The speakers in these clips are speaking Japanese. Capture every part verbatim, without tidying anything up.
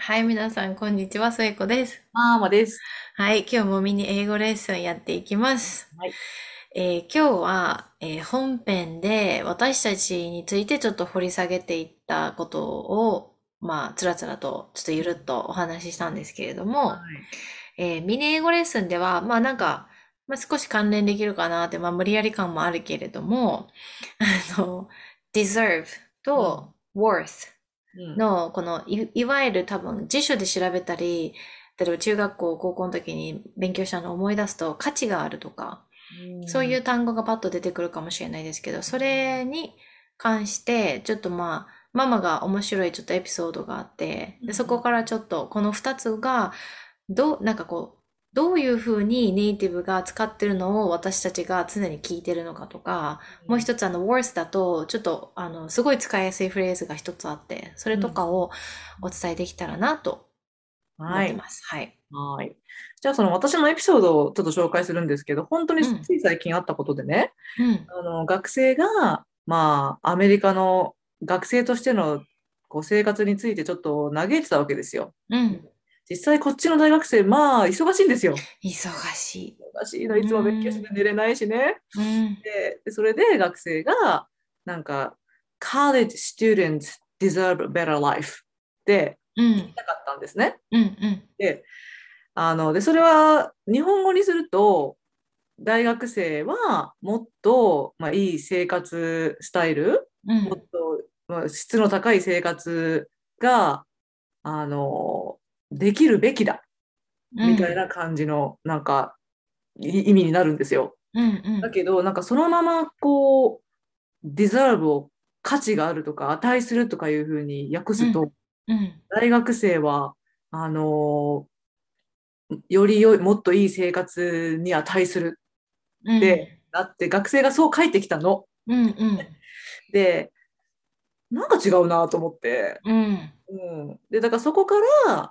はい、皆さん、こんにちは。末子です。 マーマです。 はい、今日もミニ英語レッスンやっていきます。 はい。 えー今日は、えー本編で私たちについてちょっと掘り下げていったことを、まあ、つらつらと、ちょっとゆるっとお話ししたんですけれどはも、 い。 えーミニ英語レッスンでは、まあなんか、まあ、少し関連できるかなって、まあ無理やり感もあるけれども、あの、deserve うん。 と worth うん。 の、このい、いわゆる多分辞書で調べたり、例えば中学校、高校の時に勉強したのを思い出すと価値があるとか、 うん。 そういう単語がパッと出てくるかもしれないですけど、それに関して、ちょっとまあ、ママが面白いちょっとエピソードがあって、で、そこからちょっとこの二つが、どう、なんかこう、どういうふうにネイティブが使ってるのを私たちが常に聞いてるのかとか、もう一つあの words だと、ちょっとあの、すごい使いやすいフレーズが一つあって、それうん。 とかをお伝えできたらなと思っはい。 てます。はい。 はい。じゃあ、その私のエピソードをちょっと紹介するんですけど、本当にうん、 つい最近あったことでね、 うん、 あの、学生が、まあ、アメリカの学生としてのこう生活についてちょっと嘆いてたわけですよ。 うん。 実際こっちの大学生、まあ、忙しいんですよ。 忙しい。 忙しいの、 ういつも勉強しん、 て寝れないしね。 うん、 で、でそれで学生が、なんか、college students deserve a better life ってうん、 言いたかったんですね。 うん、うん、 で、あの、で、それは日本語にすると、大学生はもっと、まあ、いい生活スタイル、 うん、 もっと、まあ、質の高い生活が、あの、できるべきだ、みたいうん、 な感じの、なんか、い意味になるんですよ。 うん、うん、 だけど、なんかそのまま、こう、ディザーブを価値があるとか値するとかいうふうに訳うん、 すと、 うん、 大学生は、あのより良い、もっといい生活に値するうん、 ってなって、学生がそう書いてきたの。 うん、うん、 で、なんか違うなと思って。 うん、 うん、で、だからそこから、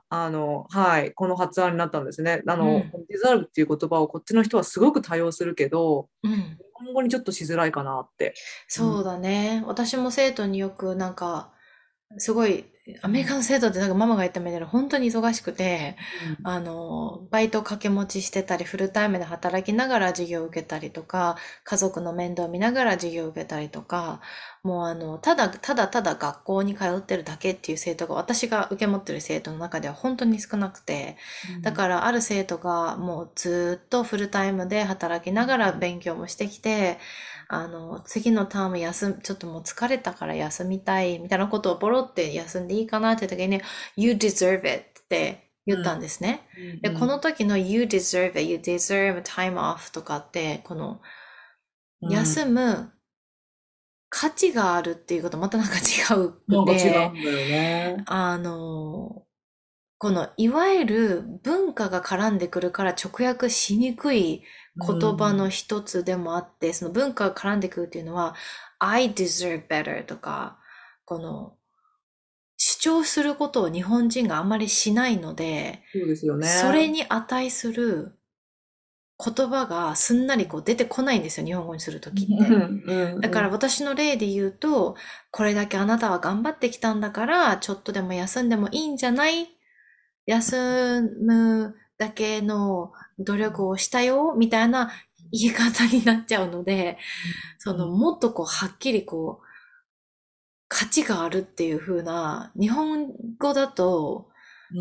あの、はい、この発案になったんですね。あの、 うん、 ディザーブっていう言葉をこっちの人はすごく多用するけど、 うん。 日本語にちょっとしづらいかなって。うん。 そうだね。私も生徒によくなんか、すごい、アメリうん。 カの生徒ってなんかママが言ったみたいに本当に忙しくて、 うん。 あの、バイト掛け持ちしてたり、フルタイムで働きながら授業を受けたりとか、家族の面倒を見ながら授業を受けたりとか、もうあの、ただ、ただただ学校に通ってるだけっていう生徒が私が受け持ってる生徒の中では本当に少なくて、だからある生徒がもうずっとフルタイムで働きながら勉強もしてきて、あの、次のターム休む、ちょっともう疲れたから休みたい、みたいなことをボロって休んでいいかなって時にね、You deserve it って言ったんですね。 うん。 で、この時の You deserve it, You deserve time off とかって、このうん。うん。 休む価値があるっていうことまたなんか違うくなんか違て、 うんだよね。 あの、このいわゆる文化が絡んでくるから直訳しにくいう言葉のん。 一つでもあって、その文化が絡んでくるっていうのは、I deserve better とか、この主張することを日本人があんまりしないので、 そうですよね。 それに値する言葉がすんなりこう出てこないんですよ、日本語にするとうん。 きって。 うん。 だからうん。 私の例で言うと、これだけあなたは頑張ってきたんだから、ちょっとでも休んでもいいんじゃない？休むだけの努力をしたよ、みたいな言い方になっちゃうので、その、 うん。 もっとこう、はっきりこう、価値があるっていう風な、日本語だとうん。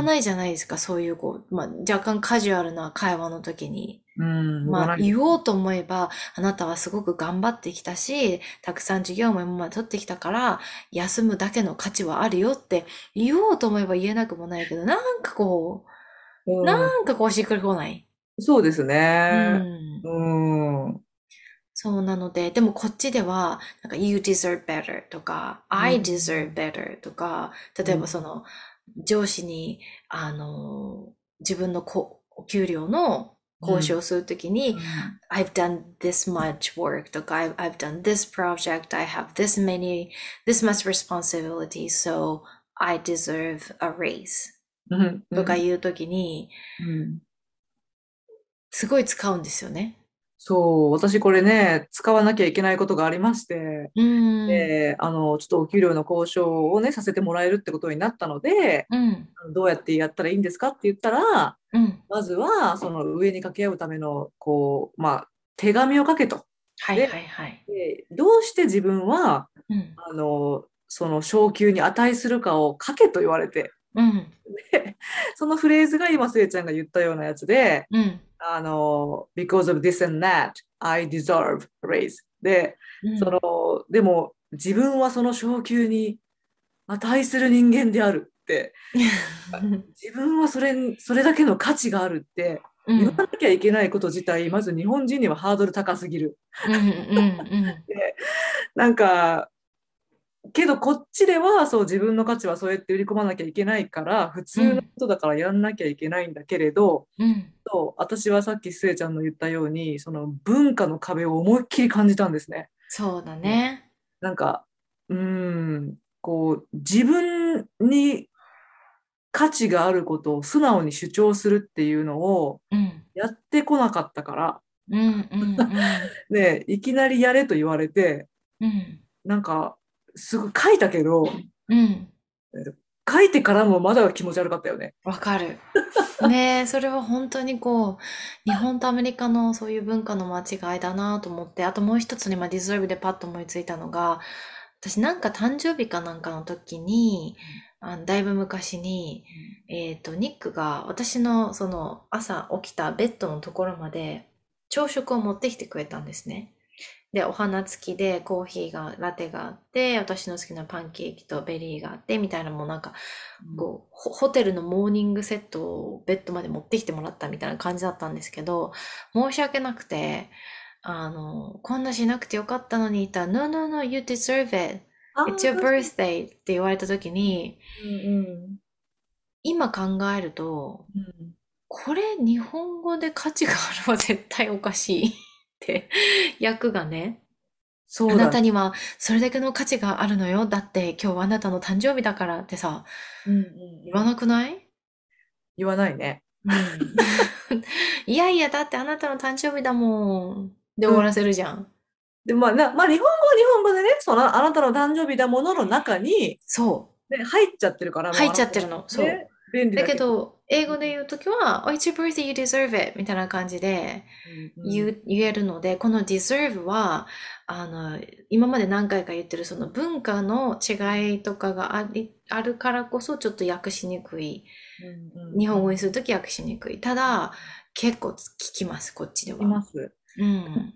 言わないじゃないですか、そういうこう、まあ、若干カジュアルな会話の時に。 うん。言まあ、 わないですね。 言おうと思えば、あなたはすごく頑張ってきたし、たくさん授業も今まで取ってきたから、休むだけの価値はあるよって言おうと思えば言えなくもないけど、なんかこう、なうん。 んかこうしっくりこない。 そうですうね。 ん。 うん。うん。 そうなので、でもこっちでは、なんか you deserve better とか、 う I ん。 deserve better とか、例えうん。 ばその、上司に、あの、自分のこお給料の交渉するときに、I've done this much work とか、I've, I've done this project, I have this many, this much responsibility, so I deserve a raise うん。うん。 とかいうときに、 うん。 すごい使うんですよね。 そう、私これね、使わなきゃいけないことがありまして、 うん、 で、あの、ちょっとお給料の交渉をね、させてもらえるってことになったので、 うん、 あのどうやってやったらいいんですかって言ったら、 うん。 まずは、その上に掛け合うための、こう、まあ、手紙を書けと。 はいで、 はいはい。 でどうして自分は、 うん、 あの、その昇給に値するかを書けと言われて、 うん、 そのフレーズが今、せいちゃんが言ったようなやつで、 うん、 あの、because of this and that, I deserve a raise. で、そうん。 の、でも自分はその昇給に値する人間であるって、自分はそれ、それだけの価値があるって言わうん、 なきゃいけないこと自体、まず日本人にはハードル高すぎる。 うん、うん、 で、なんか、けどこっちではそう自分の価値はそうやって売り込まなきゃいけないから普うん、うん、 通のことだからやんなきゃいけないんだけれど、 うん。 そう私はさっきスエちゃんの言ったようにその文化の壁を思いっきり感じたんですね。 そうだね、 ね。 なんかうーんこう自分に価値があることを素直に主張するっていうのをうん、 やってこなかったから、 うん、うん、 ね、いきなりやれと言われて、 うん、うん、 なんかすごい書いたけど、 うん。 書いてからもまだ気持ち悪かったよね。 わかる。ねえ、それは本当にこう、日本とアメリカのそういう文化の間違いだなと思って、あともう一つに今ディズ e でパッと思いついたのが、私なんか誕生日かなんかの時に、あのだいぶ昔に、えっと、ニックが私のその朝起きたベッドのところまで朝食を持ってきてくれたんですね。で、お花付きでコーヒーが、ラテがあって、私の好きなパンケーキとベリーがあって、みたいなもうなんか、 うんこう、ホホテルのモーニングセットをベッドまで持ってきてもらったみたいな感じだったんですけど、申し訳なくて、あの、こんなしなくてよかったのに言ったら、No, no, no, you deserve it. あ It's あ、 your 確かに。 birthday って言われた時に、 うんうん。 今考えると、 うん、 これ日本語で価値があるは絶対おかしいって訳がね、あそうだね。 なたにはそれだけの価値があるのよ。だって今日はあなたの誕生日だからってさ、 うんうんうん。 言わなくない？ 言わないね。 うん。いやいや、だってあなたの誕生日だもん。で終わらうん。 せるじゃん。 で、まあ、な、まあ、日本語は日本語でね、その、あなたの誕生日だものの中に、 そう。 ね、入っちゃってるから、もう入っあなたはちゃってるの。そう。 ね、便利だだけど。 けど、英うん語で言うときは、Oh, it's your birthday, you deserve it みたいな感じでうんうん言う、言えるので、この deserve は、あの、今まで何回か言ってるその文化の違いとかがあり、あるからこそちょっと訳しにくい。 うんうん日うん。 本語にするとき訳しにくい。ただ、結構聞きます、こっちでいは。 ます。 うん。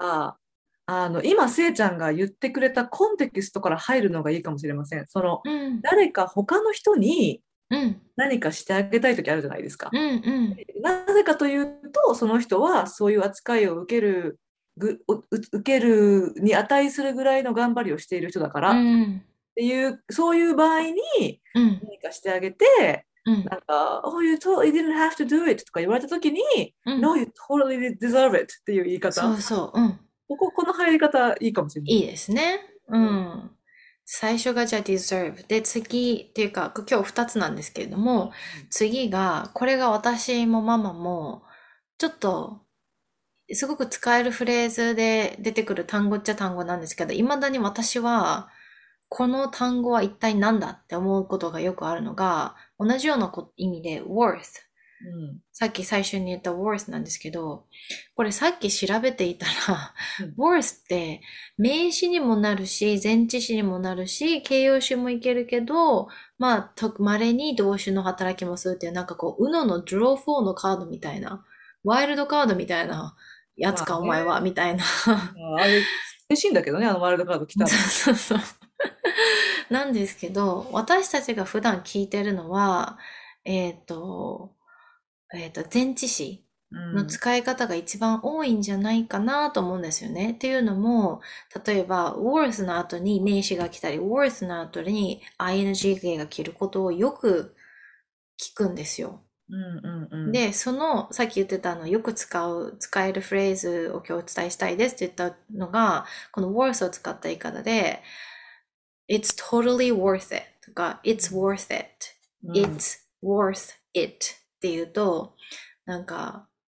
あ、あの、今、せいちゃんが言ってくれたコンテキストから入るのがいいかもしれません。その、 うん。 誰か他の人にうん。 何かしてあげたいときあるじゃないですか。 うん。うん。 なぜかというと、その人はそういう扱いを受ける、ぐ、う受けるに値するぐらいの頑張りをしている人だからっうん。 ていう、そういう場合にうん。 何かしてあげて、 うん。 なんか、Oh, you totally didn't have to do it とか言われたときに、 うん。 No, you totally deserve it っていう言い方。 そうそう。うん。 ここ、この入り方いいかもしれない。 いいですね。ううんん。最初がじゃあ deserve。で、次っていうか、今日二つなんですけれども、次が、これが私もママも、ちょっと、すごく使えるフレーズで出てくる単語っちゃ単語なんですけど、未だに私は、この単語は一体何だって思うことがよくあるのが、同じようなこ意味で worth。 うん。 さっき最初に言った worth なんですけど、これさっき調べていたら、 うん。 worth って名詞にもなるし、前置詞にもなるし、形容詞もいけるけど、まあ、と、稀に動詞の働きもするっていう、なんかこう、UNO の draw フォーのカードみたいな、ワイルドカードみたいなやつか、おまあね、 前は、みたいな。 まあ、あれ、嬉しいんだけどね、あのワールドカード来たら。 そうそうそう。なんですけど、私たちが普段聞いてるのは、えっと、えっと、前置詞うん。 の使い方が一番多いんじゃないかなと思うんですよね。っていうのも、例えば、worth の後に名詞が来たり、worth の後に アイエヌジー 形が来ることをよく聞くんですよ。 うんうんうん。 で、その、さっき言ってたの、よく使う、使えるフレーズを今日お伝えしたいですって言ったのが、この worth を使った言い方で、It's totally worth it とか It's worth it うん。 It's worth it っていうと、なんか、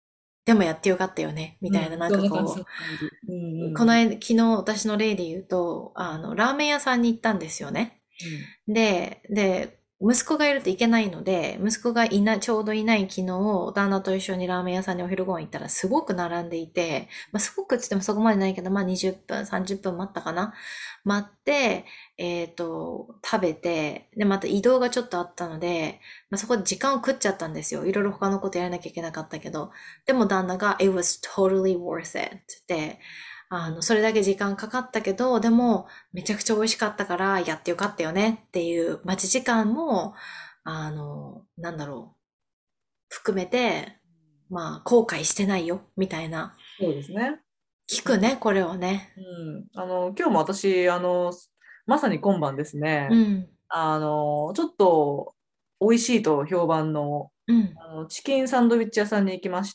でもやってよかったよね、みたいな、 うん。 なんそんな感じ、そかこんな感じ。うんう、 うんこの間、昨日私の例で言うと、あの、ラーメン屋さんに行ったんですよね。 うん。 で、で、息子がいるといけないので、息子がいない、ちょうどいない昨日、旦那と一緒にラーメン屋さんにお昼ご飯行ったらすごく並んでいて、まあ、すごくって言ってもそこまでないけど、まあにじゅっぷん、さんじゅっぷん待ったかな。待って、えっと、食べて、で、また移動がちょっとあったので、まあ、そこで時間を食っちゃったんですよ。いろいろ他のことやらなきゃいけなかったけど。でも旦那が、It was totally worth it ってあの、それだけ時間かかったけど、でも、めちゃくちゃ美味しかったから、やってよかったよねっていう待ち時間も、あの、なんだろう、含めて、まあ、後悔してないよ、みたいな。 そうですね。うん。 聞くね、これをね。 うん。あの、今日も私、あの、まさに今晩ですね、 うん、 あの、ちょっと美味しいと評判の、 うん、 あのチキンサンドイッチ屋さんに行きまして、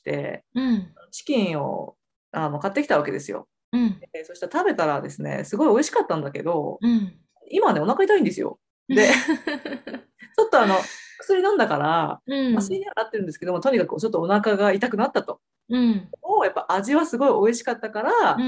うん、 チキンをあの買ってきたわけですよ。 うん、 でそしたら食べたらですね、すごい美味しかったんだけど、 うん。 今ね、お腹痛いんですよ。で、ちょっとあの、薬飲んだから、 う麻酔ん、 にはなってるんですけども、とにかくちょっとお腹が痛くなったと。 うん、 もうやっぱ味はすごい美味しかったから、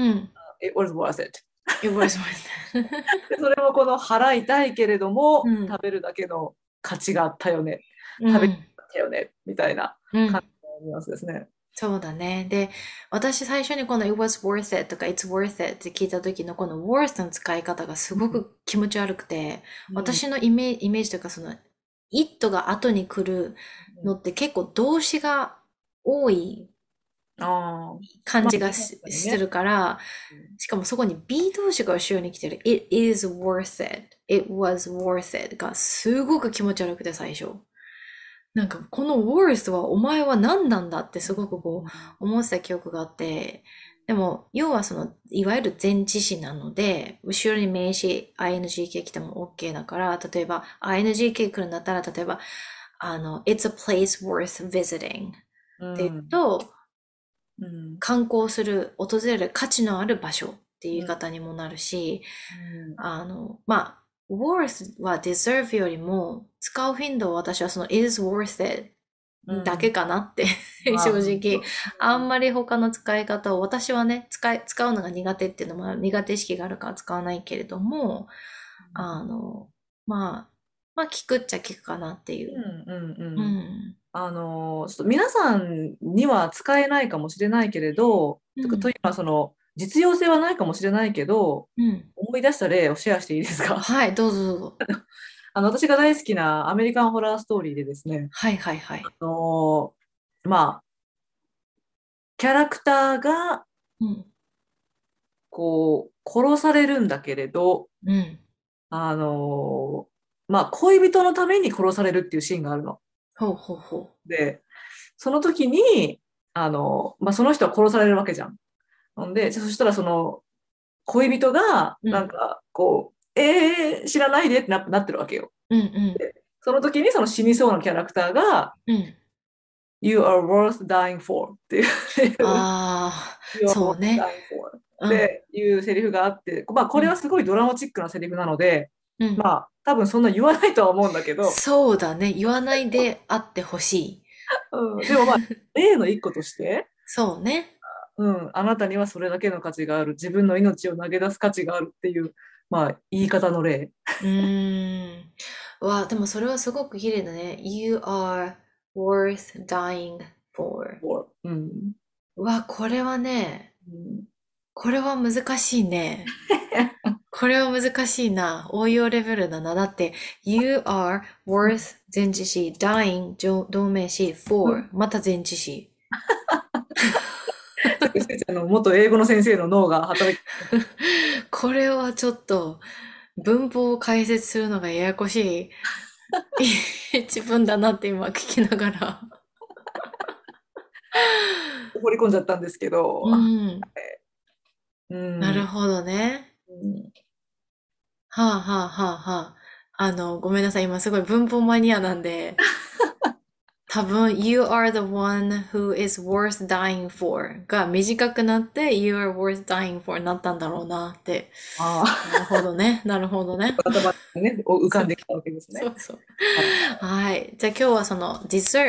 うん。 It was worth it。 It was worth it. でそれもこの腹痛いけれども、 うん、 食べるだけの価値があったよね。食べうん、 たよね。みたいなうん。 感じのニュアンスですね。 そうだね。で、私最初にこの It was worth it とか It's worth it って聞いた時のこの worth の使い方がすごく気持ち悪くて、 うん。 私のイメージ、イメージというかその it が後に来るのって結構動詞が多いああ。まあ、 感じが確し、 かにね。 するから、しかもそこに be 動詞が後ろに来てる It is worth it, It was worth it がすごく気持ち悪くて最初。なんかこの worth はお前は何なんだってすごくこう思ってた記憶があって、でも要はそのいわゆる前置詞なので、後ろに名詞 アイエヌジー 形来ても OK だから、例えば アイエヌジー 形来るんだったら、例えばあの It's a place worth visiting っうていうん。 と、 うん。 観光する、訪れる価値のある場所っていう言いうん。 方にもなるし、 うん。 あの、まあ、worth は deserve よりも使う頻度は私はその is worth it うん。 だけかなって正まあ、 直、 そうあんまり他の使い方を私はね、使い、使うのが苦手っていうのも苦手意識があるから使わないけれども、あの、まあ、まあ聞くっちゃ聞くかなっていう。 うんうんううん。 ん。 あの、ちょっと皆さんには使えないかもしれないけれど、とかとうん。 いうのはその実用性はないかもしれないけど、 うん。 思い出した例をシェアしていいですか？ はい、どうぞどうぞ。 あの、私が大好きなアメリカンホラーストーリーでですね、 はいはいはい。 あの、まあ、キャラクターがうん。 こう殺されるんだけれど、 うん。 あの、まあ、恋人のために殺されるっていうシーンがあるの。 ほうほうほで、その時に、あの、まあ、その人は殺されるわけじゃん。ほんで、そしたらその恋人が、 う。うん。 なんか、こう、えー、知らないでってな、なってるわけよ。 うんうん。 その時にその死にそうなキャラクターが、 うん。 You are worth dying for っていうああ、 You are そう worth ね。 dying for っうん。 ていうセリフがあって、まあ、これはうん。 すごいドラマチックなセリフなので、 うん。 まあ、多分そんな言わないとは思うんだけど、 そうだね。言わないであってほしい。 うん、でもまあ、例の一個として、 そうね。 うん、あなたにはそれだけの価値がある、自分の命を投げ出す価値があるっていう、まあ、言い方の例。 うーん。わあ、でもそれはすごく綺麗だね。You are worth dying for. うん。 うわ、これはね、 うん。 これは難しいね。これは難しいな。応用レベルだな。だって、you are worth 前置詞、dying 上動名詞、for また前置詞。 せいちゃんの元英語の先生の脳が働き、 これはちょっと文法を解説するのがややこしい一文だなって今聞きながら。 放り込んじゃったんですけど、 うん。 うん。 なるほどね。 うん。 はあはあはあはあ。あの、ごめんなさい。今すごい文法マニアなんで、多分 You are the one who is worth dying for が短くなって You are worth dying for になったんだろうなって。 ああ、 なるほどね。なるほどね。 頭にね、浮かそうんできたわけですね。 そうそう。 はい。 はい。じゃあ今日はその deserve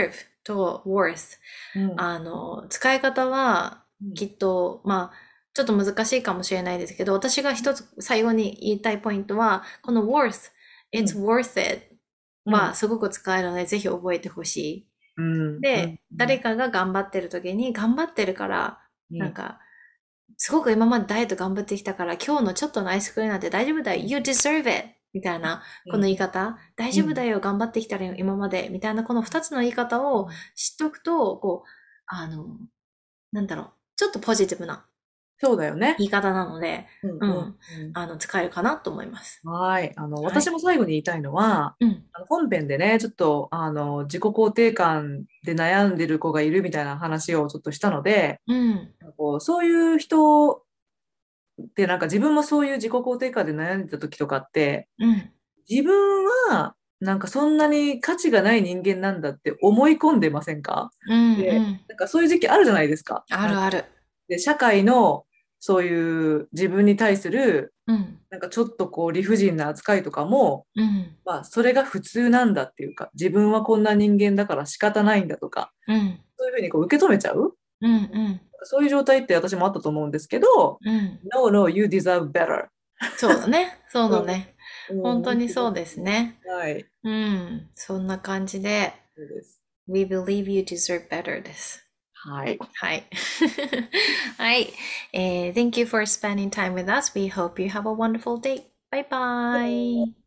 と worth。 うん。 あの、使い方はうん。 きっと、まあ、ちょっと難しいかもしれないですけど、私が一つ最後に言いたいポイントは、この worth、 う it's ん。 worth it うん。 はすごく使えるので、ぜひ覚えてほしい。 うん。うん。 で、 うん。 誰かが頑張ってる時に、頑張ってるから、 うん。 なんか、すごく今までダイエット頑張ってきたから、今日のちょっとのアイスクリームなんて大丈夫だよ。You deserve it! みたいな、この言い方。大うん。 丈夫だよ。頑張ってきたら今まで。みたいな、この二つの言い方を知っておくと、こう、あの、なんだろう。ちょっとポジティブなそうだよね。 言い方なので、 うんうんうん。 うん。 あの、使えるかなと思います。 はい。あの、 はい。 私も最後に言いたいのは、 うん。 あの本編でね、ちょっと、あの、自己肯定感で悩んでる子がいるみたいな話をちょっとしたので、 うん。 こう、そういう人ってなんか自分もそういう自己肯定感で悩んでた時とかって、 うん。 自分はなんかそんなに価値がない人間なんだって思い込んでませんか？ うん。うで、 ん。 なんかそういう時期あるじゃないですか。なんかあるある。 で、社会のそういう自分に対するうん。 なんかちょっとこう理不尽な扱いとかも、 うん。 まあそれが普通なんだっていうか、自分はこんな人間だから仕方ないんだとか、 うん。 そういうふうにこう受け止めちゃう、 うん。うん。 そういう状態って私もあったと思うんですけど、 うん。 No, no, you deserve better. そうだね。そううん、 だね。 うん、 本当本当ににそうですね。 はい、 うん。そんな感じで、 そうです。 We believe you deserve better です。 はい。 はい。はい。えー Thank you for spending time with us. We hope you have a wonderful day. Bye bye.